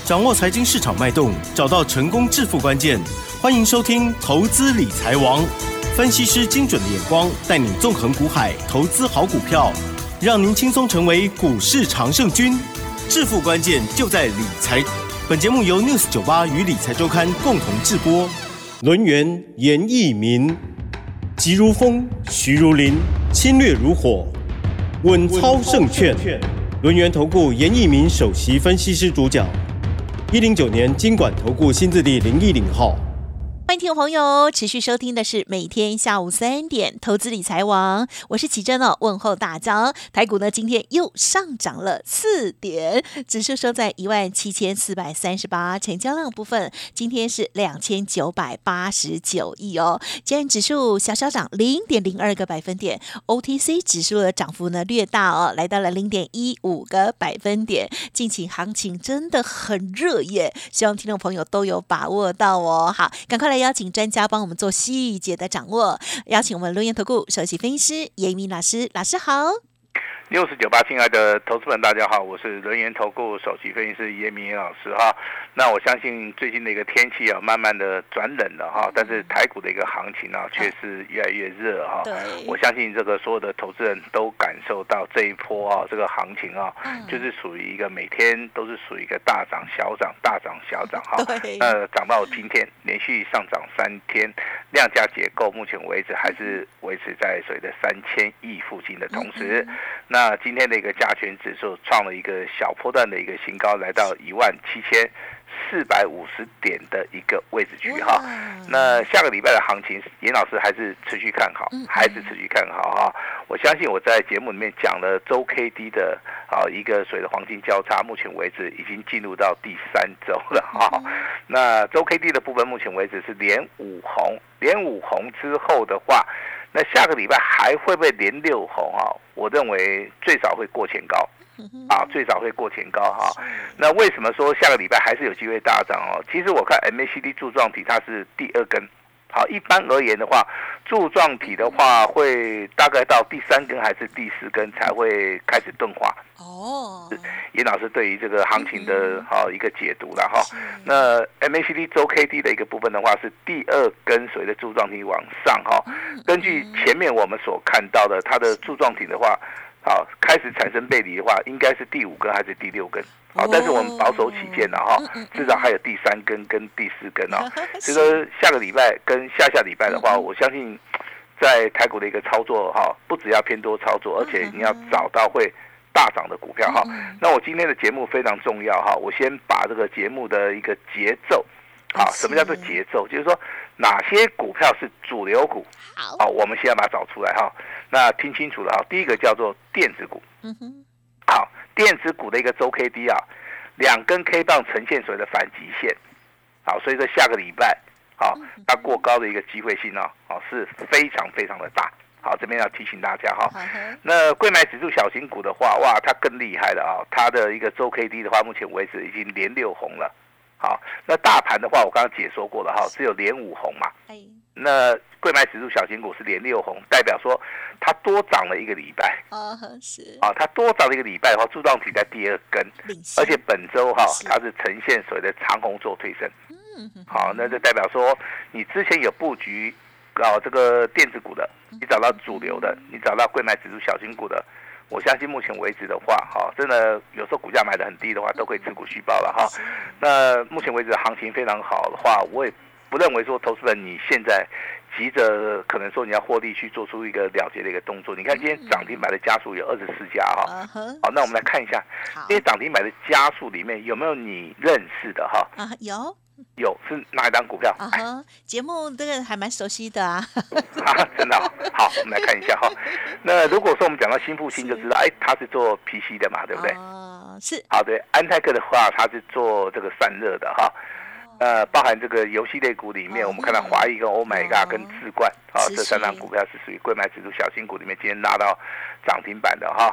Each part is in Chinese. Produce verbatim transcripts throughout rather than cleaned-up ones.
掌握财经市场脉动，找到成功致富关键。欢迎收听《投资理财王》，分析师精准的眼光，带你纵横股海，投资好股票，让您轻松成为股市常胜军。致富关键就在理财。本节目由 News 九十八与理财周刊共同制播。轮源严义民，急如风，徐如林，侵略如火，稳操胜券。轮源投顾严义民首席分析师主讲。一零九年金管投顾新字第零一零号。 欢迎听众朋友持续收听的是每天下午三点投资理财王，我是琦蓁哦，问候大家。台股呢今天又上涨了四点，指数收在一万七千四百三十八，成交量部分今天是两千九百八十九亿哦。今天指数小小涨零点零二个百分点 ，O T C 指数的涨幅呢略大哦，来到了零点一五个百分点。近期行情真的很热耶，希望听众朋友都有把握到哦。好，赶快来邀请专家帮我们做细节的掌握，邀请我们轮源投顾首席分析师严明老师，老师好。 六四九八，亲爱的投资们，大家好，我是轮源投顾首席分析师严明老师哈。那我相信最近的一个天气啊，慢慢的转冷了哈，但是台股的一个行情啊，却是越来越热哈。我相信这个所有的投资人都感受到这一波啊，这个行情啊，就是属于一个每天都是属于一个大涨小涨、大涨小涨哈。呃，涨到今天连续上涨三天，量价结构目前为止还是维持在所谓的三千亿附近的同时。那今天的一个加权指数创了一个小波段的一个新高，来到一万七千四百五十点的一个位置区哈。那下个礼拜的行情，严老师还是持续看好，还是持续看好哈。我相信我在节目里面讲了周 K D 的啊一个所谓的黄金交叉，目前为止已经进入到第三周了哈。那周 K D 的部分，目前为止是连五红，连五红之后的话，那下个礼拜还会不会连六红啊？我认为最少会过前高，啊，最少会过前高哈。那为什么说下个礼拜还是有机会大涨哦？其实我看 M A C D 柱状体它是第二根，好，一般而言的话，柱状体的话会大概到第三根还是第四根才会开始钝化。哦，严老师对于这个行情的哈一个解读了哈。那 M A C D 周 K D 的一个部分的话是第二根所谓的柱状体往上哈。根据前面我们所看到的，它的柱状体的话，好开始产生背离的话，应该是第五根还是第六根？好，但是我们保守起见了哈，至少还有第三根跟第四根哦。所以说下个礼拜跟下下礼拜的话，我相信在台股的一个操作哈，不只要偏多操作，而且你要找到会大涨的股票哈。那我今天的节目非常重要哈，我先把这个节目的一个节奏，好，什么叫做节奏？就是说哪些股票是主流股，好，我们现在把它找出来哈。那听清楚了哈，第一个叫做电子股，好，电子股的一个周 K D 啊，两根 K 棒呈现所谓的反极线，好，所以说下个礼拜，好，它过高的一个机会性啊，好是非常非常的大。好，这边要提醒大家哈。那贵买指数小型股的话，哇，它更厉害了啊！它的一个周 K D 的话，目前为止已经连六红了。好，那大盘的话，我刚刚解说过了哈，只有连五红嘛。那贵买指数小型股是连六红，代表说它多涨了一个礼拜。哦，是。啊，它多涨了一个礼拜的话，柱状体在第二根，而且本周哈，它是呈现所谓的长红做推升。嗯。好，那就代表说你之前有布局。搞这个电子股的，你找到主流的，你找到贵买指数小型股的，我相信目前为止的话，哈，真的有时候股价买的很低的话，都可以持股续报了哈。那目前为止行情非常好的话，我也不认为说投资人你现在急着可能说你要获利去做出一个了结的一个动作。你看今天涨停板的家数有二十四家哈，好，那我们来看一下这些涨停板的家数里面有没有你认识的哈？啊，有。有是哪一档股票？啊哈， 节目这个还蛮熟悉的啊。 啊，真的好，好，我们来看一下哈。那如果说我们讲到新复兴，就知道，哎，他是做 P C 的嘛，对不对？哦，是。好，对，安泰克的话，他是做这个散热的哈。呃，包含这个游戏类股里面，我们看到华谊跟 Oh My God 跟智冠，啊，这三档股票是属于贵买指数小型股里面今天拉到涨停板的哈。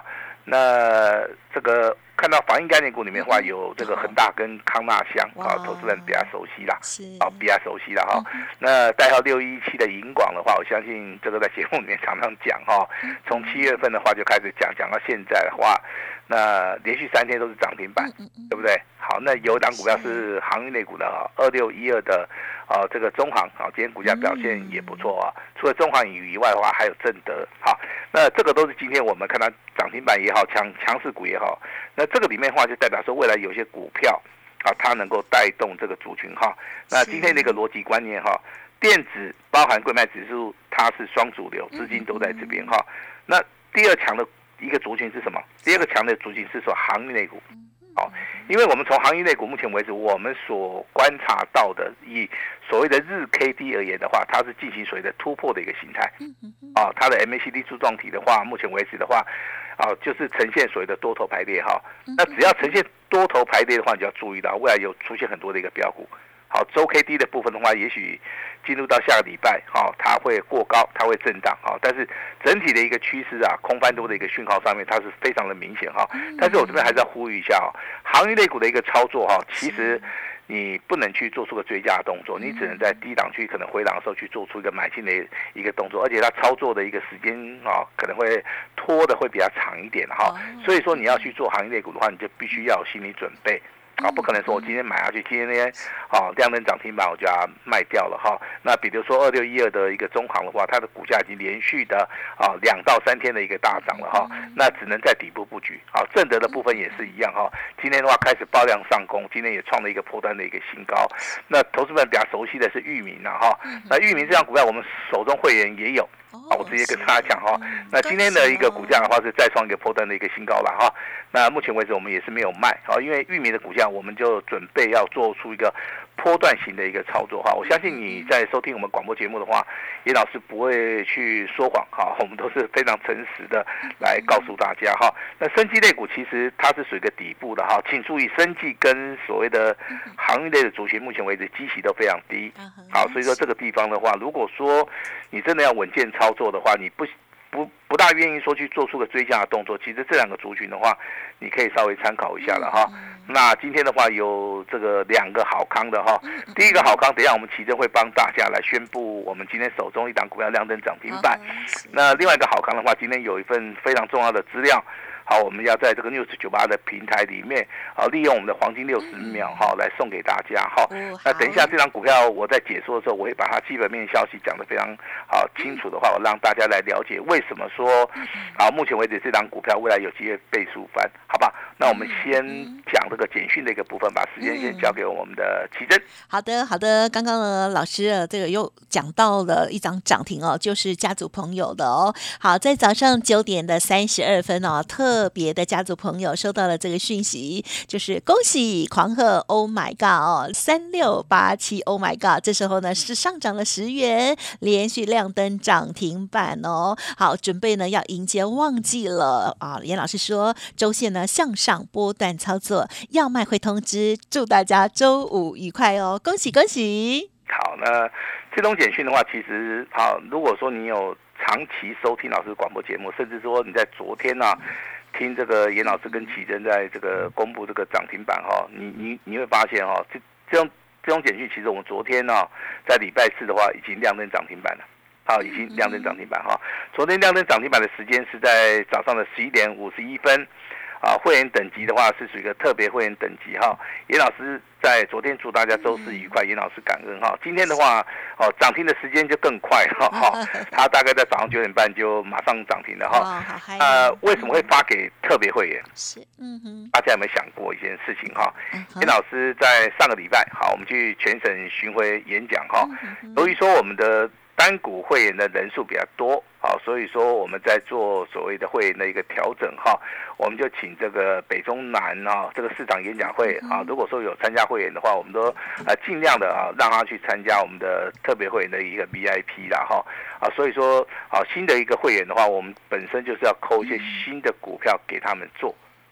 那这个看到防疫概念股里面的话，有这个恒大跟康纳香啊，投资人比较熟悉啦，啊比较熟悉啦哈。那代号六一七的银广的话，我相信这个在节目里面常常讲哈，从七月份的话就开始讲，讲到现在的话，那连续三天都是涨停板，对不对？好，那有一档股票是航运类股的哈，二六一二的啊这个中航啊，今天股价表现也不错啊。除了中航以外的话，还有正德。好，那这个都是今天我们看到涨停板也好，强强势股也好。那这个里面的话，就代表说未来有些股票啊，它能够带动这个族群哈。那今天的一个逻辑观念哈，电子包含柜买指数，它是双主流，资金都在这边哈。那第二强的一个族群是什么？第二个强的族群是说航运类股。好，因为我们从航运类股目前为止，我们所观察到的，以所谓的日 K D 而言的话，它是进行所谓的突破的一个形态。啊，它的 M A C D 柱状体的话，目前为止的话，啊，就是呈现所谓的多头排列哈。那只要呈现多头排列的话，你就要注意到未来有出现很多的一个标股。好，周 K D 的部分的话，也许进入到下个礼拜，好、哦，它会过高，它会震荡，好、哦，但是整体的一个趋势啊，空翻多的一个讯号上面，它是非常的明显哈、哦。但是我这边还是要呼吁一下哦，航运类股的一个操作哈、哦，其实你不能去做出个追加的动作，你只能在低档区可能回档的时候去做出一个买进的一个动作，而且它操作的一个时间啊、哦，可能会拖的会比较长一点哈、哦。所以说你要去做航运类股的话，你就必须要有心理准备。啊，不可能说我今天买下去，今天那天啊亮灯涨停板我就要卖掉了哈。那比如说二六一二的一个中航的话，它的股价已经连续的啊两到三天的一个大涨了哈。那只能在底部布局。啊，正德的部分也是一样哈。今天的话开始爆量上攻，今天也创了一个波段的一个新高。那投资们比较熟悉的是裕民啊哈。那裕民这张股票我们手中会员也有。啊，我直接跟大家讲哈，那今天的一个股价的话是再创一个波段的一个新高了哈。那目前为止我们也是没有卖啊，因为裕民的股价我们就准备要做出一个波段型的一个操作哈。我相信你在收听我们广播节目的话，严老师不会去说谎哈，我们都是非常诚实的来告诉大家哈。那生技类股其实它是属于一个底部的哈，请注意生技跟所谓的航运类的族群，目前为止基期都非常低。好，所以说这个地方的话，如果说你真的要稳健操作的话，你不不不大愿意说去做出个追加的动作，其实这两个族群的话，你可以稍微参考一下了哈。那今天的话有这个两个好康的哈，第一个好康，等一下我们奇珍会帮大家来宣布我们今天手中一档股票亮灯涨停板。那另外一个好康的话，今天有一份非常重要的资料。好，我们要在这个 News 九十八的平台里面，好，利用我们的黄金六十秒哈来送给大家哈。那等一下这张股票我在解说的时候，我会把它基本面消息讲得非常好清楚的话，我让大家来了解为什么说，好，目前为止这张股票未来有机会倍数翻，好吧？那我们先讲这个简讯的一个部分，把时间先交给我们的奇珍。 好的，好的，刚刚呢老师呃这个又讲到了一张涨停哦，就是家族朋友的哦。好，在早上九点的三十二分哦，特特别的家族朋友收到了这个讯息，就是恭喜狂贺 ，Oh my God 哦，三六八七 ，Oh my God， 这时候呢是上涨了十元，连续亮灯涨停板哦。好，准备呢要迎接旺季了啊！严老师说，周线呢向上波段操作，要卖会通知，祝大家周五愉快哦，恭喜恭喜！ 好，那这种简讯的话，其实好，如果说你有长期收听老师广播节目，甚至说你在昨天啊。听这个严老师跟奇珍在这个公布这个涨停板哈，你你你会发现哈，这这种这种简讯其实我们昨天呢、啊，在礼拜四的话已经亮灯涨停板了，好，已经亮灯涨停板哈。昨天亮灯涨停板的时间是在早上的十一点五十一分，啊，会员等级的话是属于一个特别会员等级哈。严老师在昨天祝大家周四愉快，严老师感恩哈。今天的话，哦，涨停的时间就更快哈，哈，他大概在早上九点半就马上涨停了哈。呃，为什么会发给特别会员？ 是，嗯哼， 大家有没有想过一件事情哈？严老师在上个礼拜，好，我们去全省巡回演讲哈，由于说我们的单股会员的人数比较多，好，所以说我们在做所谓的会员的一个调整哈，我们就请这个北中南啊这个市场演讲会啊，如果说有参加会员的话，我们都呃尽量的啊让他去参加我们的特别会员的一个 V I P 啦哈啊，所以说啊新的一个会员的话，我们本身就是要扣一些新的股票给他们做。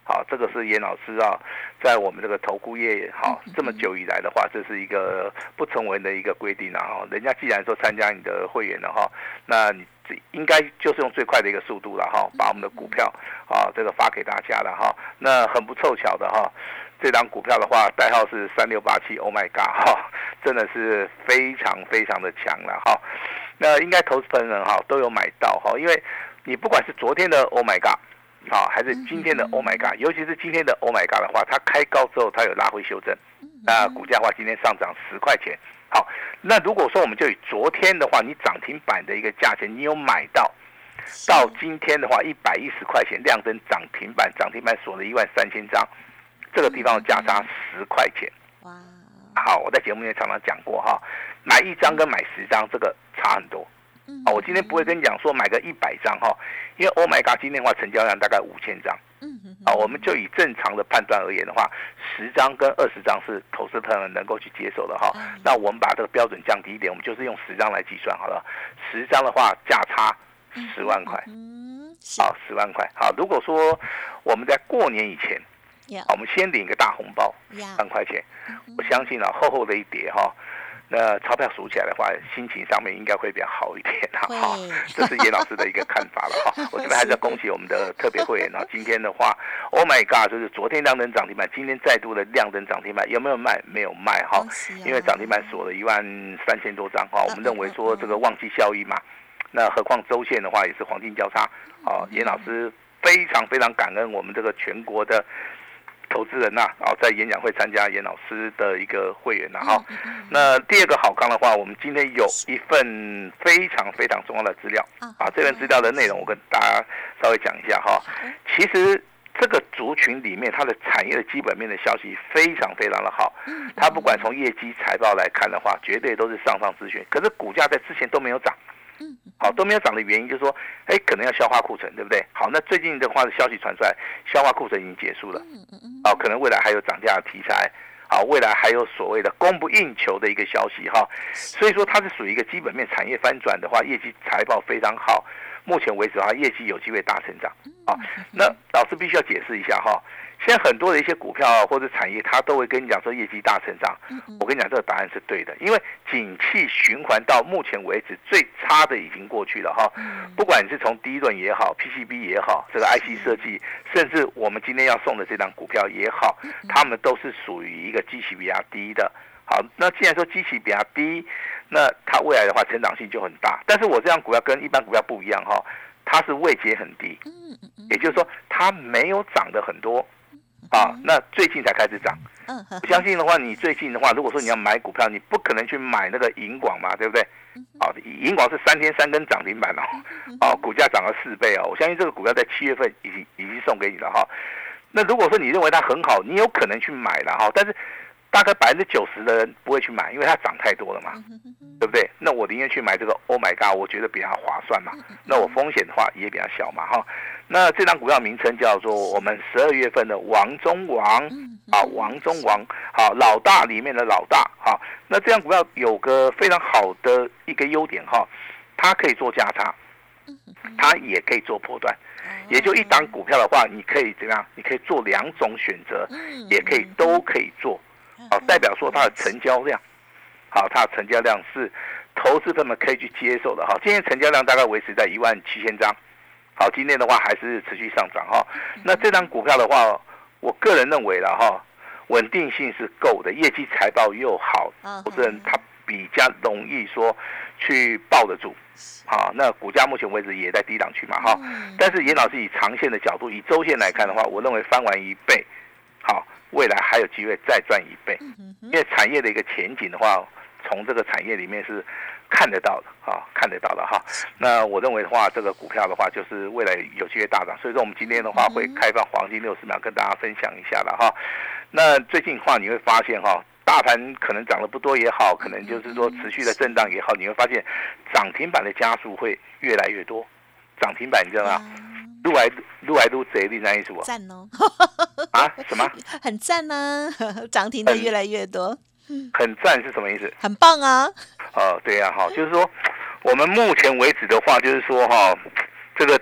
好，这个是严老师啊，在我们这个投顾业好这么久以来的话，这是一个不成文的一个规定啊。哈，人家既然说参加你的会员了哈，那你应该就是用最快的一个速度了哈，把我们的股票啊这个发给大家了哈。那很不凑巧的哈，这张股票的话，代号是三六八七 ，Oh my God 哈，真的是非常非常的强了哈。那应该投资朋友人哈都有买到哈，因为你不管是昨天的 Oh my God。好，还是今天的 Oh my God， 尤其是今天的 Oh my God 的话，它开高之后，它有拉回修正，那股价的话今天上涨十块钱。好，那如果说我们就以昨天的话，你涨停板的一个价钱，你有买到，到今天的话一百一十块钱，亮灯涨停板，涨停板锁了一万三千张，这个地方的价差十块钱。哇！好，我在节目里面常常讲过哈，买一张跟买十张这个差很多。啊，我今天不会跟你讲说买个一百张哈，因为 Oh my God 今天的话成交量大概五千张，啊，我们就以正常的判断而言的话，十张跟二十张是投资朋友能够去接受的哈。那我们把这个标准降低一点，我们就是用十张来计算好了。十张的话价差十万块，好，十万块。好，如果说我们在过年以前，我们先领一个大红包，万块钱，我相信啊，厚厚的一叠哈。那钞票数起来的话，心情上面应该会比较好一点哈。哈，这是严老师的一个看法了哈。我这边还是要恭喜我们的特别会员啊，今天的话 ，Oh my God， 就是昨天亮灯涨停板，今天再度的亮灯涨停板，有没有卖？没有卖哈，因为涨停板锁了一万三千多张哈。我们认为说这个旺季效益嘛，那何况周线的话也是黄金交叉啊。严老师非常非常感恩我们这个全国的投资人呐、啊，在演讲会参加严老师的一个会员呐、啊、哈。那第二个好康的话，我们今天有一份非常非常重要的资料啊，这份资料的内容我跟大家稍微讲一下哈。其实这个族群里面，它的产业的基本面的消息非常非常的好，它不管从业绩财报来看的话，绝对都是上上之选。可是股价在之前都没有涨。好，都没有涨的原因就是说，哎，可能要消化库存，对不对？好，那最近的话的消息传出来，消化库存已经结束了，好，可能未来还有涨价的题材，好，未来还有所谓的供不应求的一个消息哈，所以说它是属于一个基本面产业翻转的话，业绩财报非常好，目前为止的话，业绩有机会大成长，啊，那老师必须要解释一下哈。现在很多的一些股票啊或者产业，它都会跟你讲说业绩大成长。我跟你讲，这个答案是对的，因为景气循环到目前为止最差的已经过去了哈。不管你是从第一轮也好 ，P C B 也好，这个 I C 设计，甚至我们今天要送的这档股票也好，他们都是属于一个基期比较低的。好，那既然说基期比较低，那它未来的话成长性就很大。但是我这张股票跟一般股票不一样哈，它是位阶很低，也就是说它没有涨的很多。啊，那最近才开始涨。我相信的话，你最近的话，如果说你要买股票，你不可能去买那个银广嘛，对不对？啊，银广是三天三根涨停板哦，啊，股价涨了四倍哦。我相信这个股票在七月份已经已经送给你了哈。那如果说你认为它很好，你有可能去买了哈，但是大概百分之九十的人不会去买，因为它涨太多了嘛，对不对？那我宁愿去买这个 Oh my God， 我觉得比较划算嘛。那我风险的话也比较小嘛哈。那这张股票名称叫做我们十二月份的王中王啊，王中王，好，老大里面的老大，好，那这张股票有个非常好的一个优点哈，它可以做价差，它也可以做波段，也就一档股票的话，你可以怎么样？你可以做两种选择，也可以都可以做，好，代表说它的成交量，好，它的成交量是投资者们可以去接受的哈。今天成交量大概维持在一万七千张。好，今天的话还是持续上涨哈。那这张股票的话，我个人认为了哈，稳定性是够的，业绩财报又好，投资人他比较容易说去抱得住。好，那股价目前为止也在低档区嘛哈。但是严老师以长线的角度，以周线来看的话，我认为翻完一倍，好，未来还有机会再赚一倍，因为产业的一个前景的话，从这个产业里面是看得到的啊，看得到的哈。那我认为的话，这个股票的话，就是未来有机会大涨。所以说，我们今天的话会开放黄金六十秒跟大家分享一下了哈。那最近的话，你会发现哈，大盘可能涨得不多也好，可能就是说持续的震荡也好，你会发现涨停板的家数会越来越多。涨停板你知道吗？撸来撸来撸贼，你那意思不？ 赞哦！ 啊？什么？ 很赞呢、啊，涨停的越来越多。 很赞是什么意思？ 很棒啊！ 哦，对呀、啊，哈，就是说，我们目前为止的话，就是说哈，这个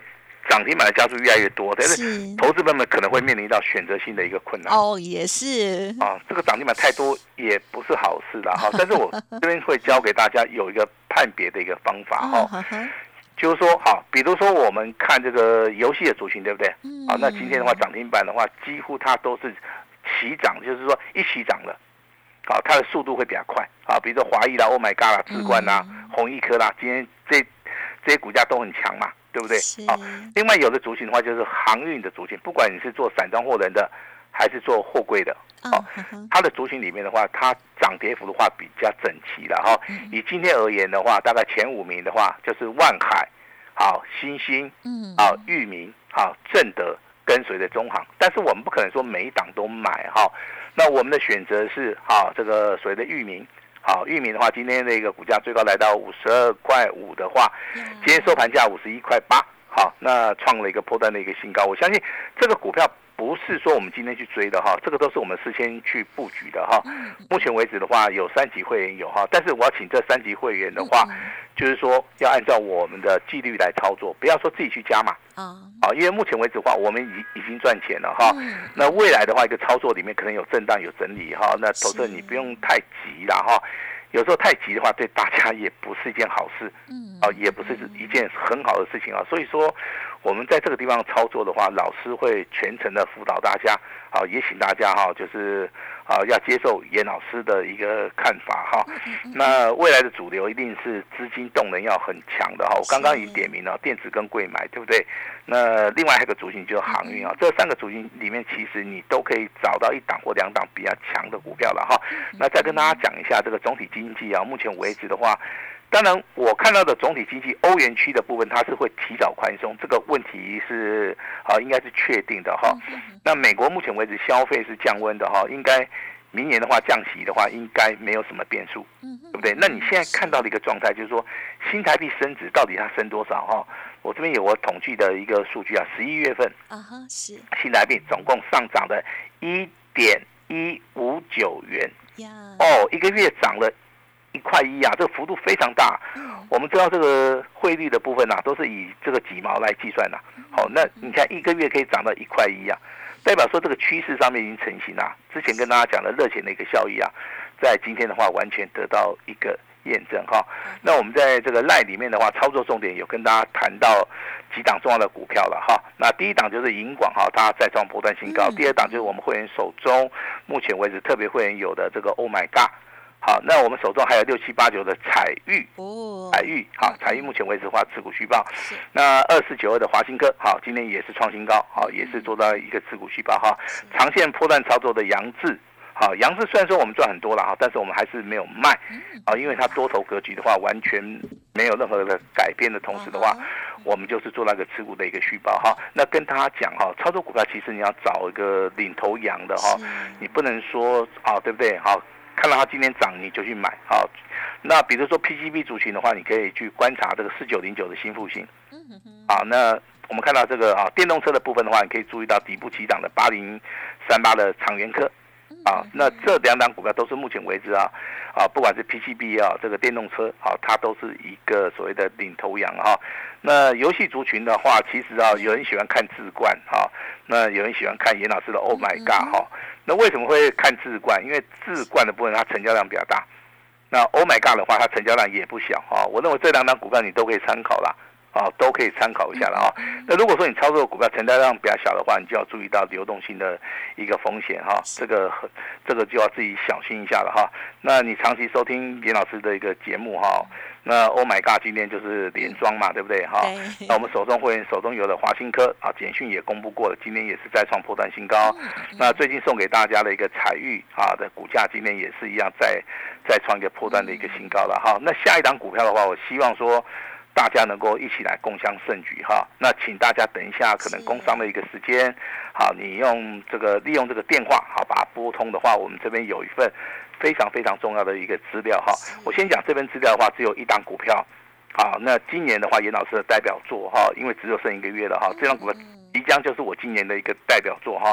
涨停板的家数越来越多，但是是投资者们可能会面临到选择性的一个困难。 哦，也是啊，这个涨停板太多也不是好事啦哈。但是我这边会教给大家有一个判别的一个方法哈。 哦呵呵就是说，好，比如说我们看这个游戏的族群，对不对？ 嗯啊，那今天的话，涨停板的话，几乎它都是齐涨，就是说一起涨了，啊，它的速度会比较快啊。比如说华谊啦、Oh my God 啦、智冠啦、 嗯宏益科啦，今天这这些股价都很强嘛，对不对？ 是啊，另外有的族群的话，就是航运的族群，不管你是做散装货人的，还是做货柜的， 哦哦呵呵它的族群里面的话，它涨跌幅的话比较整齐了哈。 嗯以今天而言的话，大概前五名的话就是万海、好新兴、 嗯好裕民、好正德跟随着中航，但是我们不可能说每一档都买哈。那我们的选择是好这个所谓的裕民，好裕民的话，今天的一个股价最高来到五十二块五的话，今天收盘价五十一块八，好，那创了一个波段的一个新高。我相信这个股票不是说我们今天去追的哈，这个都是我们事先去布局的哈。目前为止的话，有三级会员有哈，但是我要请这三级会员的话，就是说要按照我们的纪律来操作，不要说自己去加码啊啊，因为目前为止的话，我们已已经赚钱了哈。那未来的话，一个操作里面可能有震荡有整理哈，那投资人你不用太急啦哈。有时候太急的话，对大家也不是一件好事， 嗯啊，也不是一件很好的事情啊。所以说，我们在这个地方操作的话，老师会全程的辅导大家，啊，也请大家哈，就是啊要接受严老师的一个看法哈。那未来的主流一定是资金动能要很强的哈。我刚刚已经点名了电子跟柜买，对不对？那另外还有一个族群就是航运啊，这三个族群里面其实你都可以找到一档或两档比较强的股票了哈。那再跟大家讲一下这个总体经济啊，目前为止的话，当然我看到的总体经济欧元区的部分它是会提早宽松，这个问题是啊应该是确定的哈。那美国目前为止消费是降温的哈，应该明年的话降息的话应该没有什么变数，对不对？那你现在看到的一个状态就是说新台币升值到底它升多少哈？我这边有我统计的一个数据啊，十一月份啊哈是新台币总共上涨的一点一五九元呀哦，一个月涨了一块一啊，这个幅度非常大。我们知道这个汇率的部分啊，都是以这个几毛来计算的。好，那你看一个月可以涨到一块一啊，代表说这个趋势上面已经成型了。之前跟大家讲的热钱的一个效益啊，在今天的话完全得到一个验证哈。那我们在这个 LINE 里面的话，操作重点有跟大家谈到几档重要的股票了哈。那第一档就是银广哈，它再创波段新高；第二档就是我们会员手中目前为止特别会员有的这个 Oh my God。好，那我们手中还有六七八九的彩玉， 哦彩玉好，彩玉目前为止的话持股续报。那二四九二的华新科好，今天也是创新高，好，也是做到一个持股续报哈。长线波段操作的杨志，好，杨志虽然说我们赚很多了哈，但是我们还是没有卖，啊，因为它多头格局的话完全没有任何的改变的同时的话，我们就是做那个持股的一个续报哈。那跟大家讲哈，操作股票其实你要找一个领头羊的哈，你不能说啊，对不对？好。看到它今天涨你就去买，好，那比如说 P C B 族群的话，你可以去观察这个四九零九的新复兴，好，那我们看到这个啊电动车的部分的话，你可以注意到底部起涨的八零三八的长源科，啊，那这两档股票都是目前为止啊啊不管是 P C B 啊这个电动车啊，它都是一个所谓的领头羊哈。那游戏族群的话，其实啊有人喜欢看智冠哈，那有人喜欢看严老师的 Oh my God 哈。那为什么会看智冠？因为智冠的部分它成交量比较大，那 Oh my God 的话，它成交量也不小啊。我认为这两档股票你都可以参考啦，啊，都可以参考一下了啊。那如果说你操作的股票成交量比较小的话，你就要注意到流动性的一个风险哈，这个这个就要自己小心一下了哈。那你长期收听严老师的一个节目哈。那 Oh my God 今天就是连庄嘛，对不对哈？那我们手中会员手中有的华新科啊，简讯也公布过了，今天也是再创波段新高。那最近送给大家的一个彩玉啊的股价，今天也是一样再再创一个波段的一个新高了哈。那下一档股票的话，我希望说大家能够一起来共襄盛举哈。那请大家等一下，可能工商的一个时间，好，你用这个利用这个电话好把它拨通的话，我们这边有一份非常非常重要的一个资料哈。我先讲这份资料的话，只有一档股票，好，那今年的话，严老师的代表作哈，因为只有剩一个月了哈，这档股票即将就是我今年的一个代表作哈。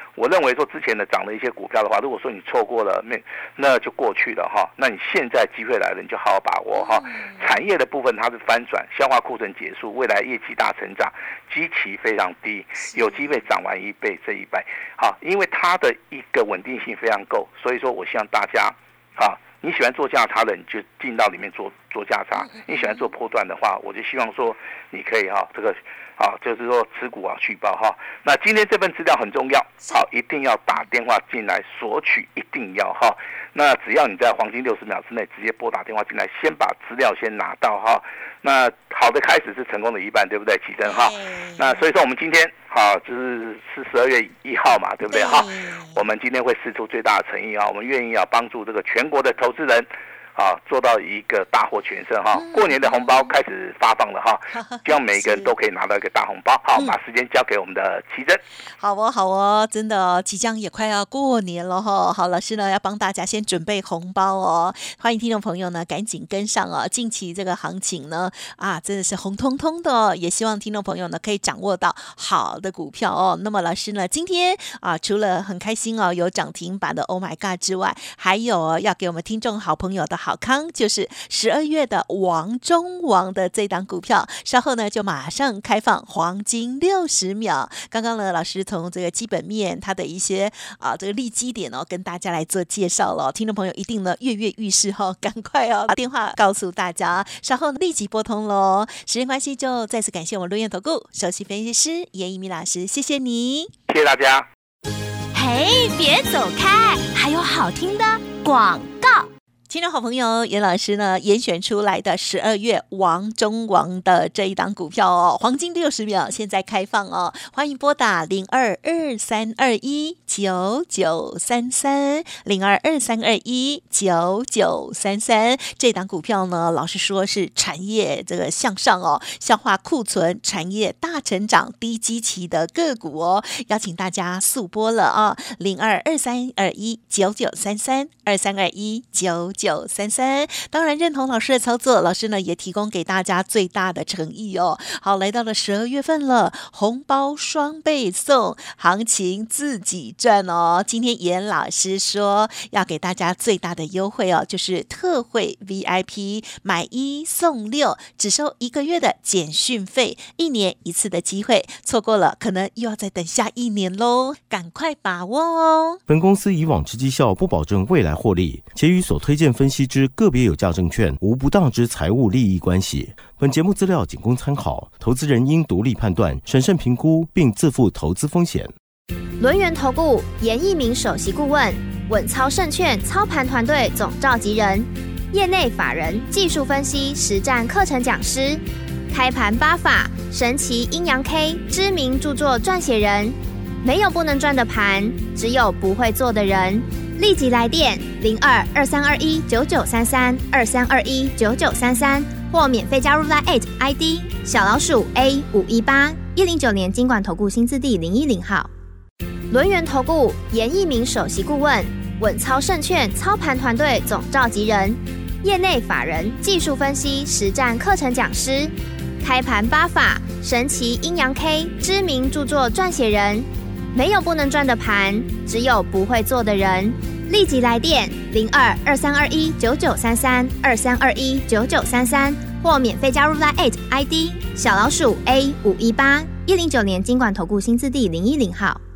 我认为说之前的涨的一些股票的话，如果说你错过了，那那就过去了哈。那你现在机会来了，你就好好把握哈。产业的部分它是翻转，消化库存结束，未来业绩大成长，基期非常低，有机会涨完一倍这一倍。好，因为它的一个稳定性非常够，所以说我希望大家哈。你喜欢做价差的，你就进到里面做做价差；你喜欢做波段的话，我就希望说你可以哈，这个啊，就是说持股啊续报哈。那今天这份资料很重要，好，一定要打电话进来索取，一定要哈。那只要你在黄金六十秒之内直接拨打电话进来，先把资料先拿到哈。那好的开始是成功的一半，对不对？启真哈。那所以说我们今天好就是是十二月一号嘛，对不对哈？我们今天会释出最大的诚意啊，我们愿意要帮助这个全国的投资人。啊，做到一个大获全胜哈！过年的红包开始发放了哈，希望每一个人都可以拿到一个大红包。好，把时间交给我们的奇珍。 好哦，好哦，真的哦，即将也快要过年了哈。好，老师呢要帮大家先准备红包哦，欢迎听众朋友呢赶紧跟上哦。近期这个行情呢啊，真的是红彤彤的哦，也希望听众朋友呢可以掌握到好的股票哦。那么老师呢今天啊，除了很开心哦有涨停板的 Oh my God 之外，还有哦要给我们听众好朋友的好康，就是十二月的王中王的这档股票，稍后呢就马上开放黄金六十秒。刚刚呢老师从这个基本面它的一些啊这个利基点哦跟大家来做介绍了，听众朋友一定呢跃跃欲试哦，赶快哦把电话告诉大家，稍后立即拨通喽。时间关系就再次感谢我们陆燕投顾首席分析师严一鸣老师，谢谢你， 谢谢大家。 嘿，别走开，还有好听的广告。 听众好朋友，严老师呢严选出来的十二月王中王的这一档股票哦，黄金六十秒现在开放哦，欢迎拨打零二二三二一九九三三零二二三二一九九三三。这档股票呢，老师说是产业这个向上哦，消化库存，产业大成长，低基期的个股哦，邀请大家速拨了啊、哦，零二二三二一九九三三二三二一九。九三三，当然认同老师的操作，老师呢也提供给大家最大的诚意哦。好，来到了十二月份了，红包双倍送，行情自己赚哦。今天严老师说要给大家最大的优惠哦，就是特惠 V I P 买一送六，只收一个月的简讯费，一年一次的机会，错过了可能又要再等下一年喽，赶快把握哦。 本公司以往之绩效不保证未来获利，且与所推荐分析之个别有价证券无不当之财务利益关系。本节目资料仅供参考，投资人应独立判断、审慎评估，并自负投资风险。 轮源投顾严一鸣首席顾问，稳操胜券操盘团队总召集人，业内法人技术分析实战课程讲师，开盘八法神奇阴阳 K 知名著作撰写人。没有不能赚的盘，只有不会做的人。立即来电零二二三二一九九三三二三二一九九三三，或免费加入 Line I D 小老鼠 A 五一八一零九年金管投顾新字第零一零号。轮源投顾严一鸣首席顾问，稳操胜券操盘团队总召集人，业内法人技术分析实战课程讲师，开盘八法神奇阴阳 K 知名著作撰写人。没有不能赚的盘，只有不会做的人。立即来电零二二三二一九九三三二三二一九九三三，或免费加入 Line I D 小老鼠 A 五一八一零九年金管投顾新字第零一零号。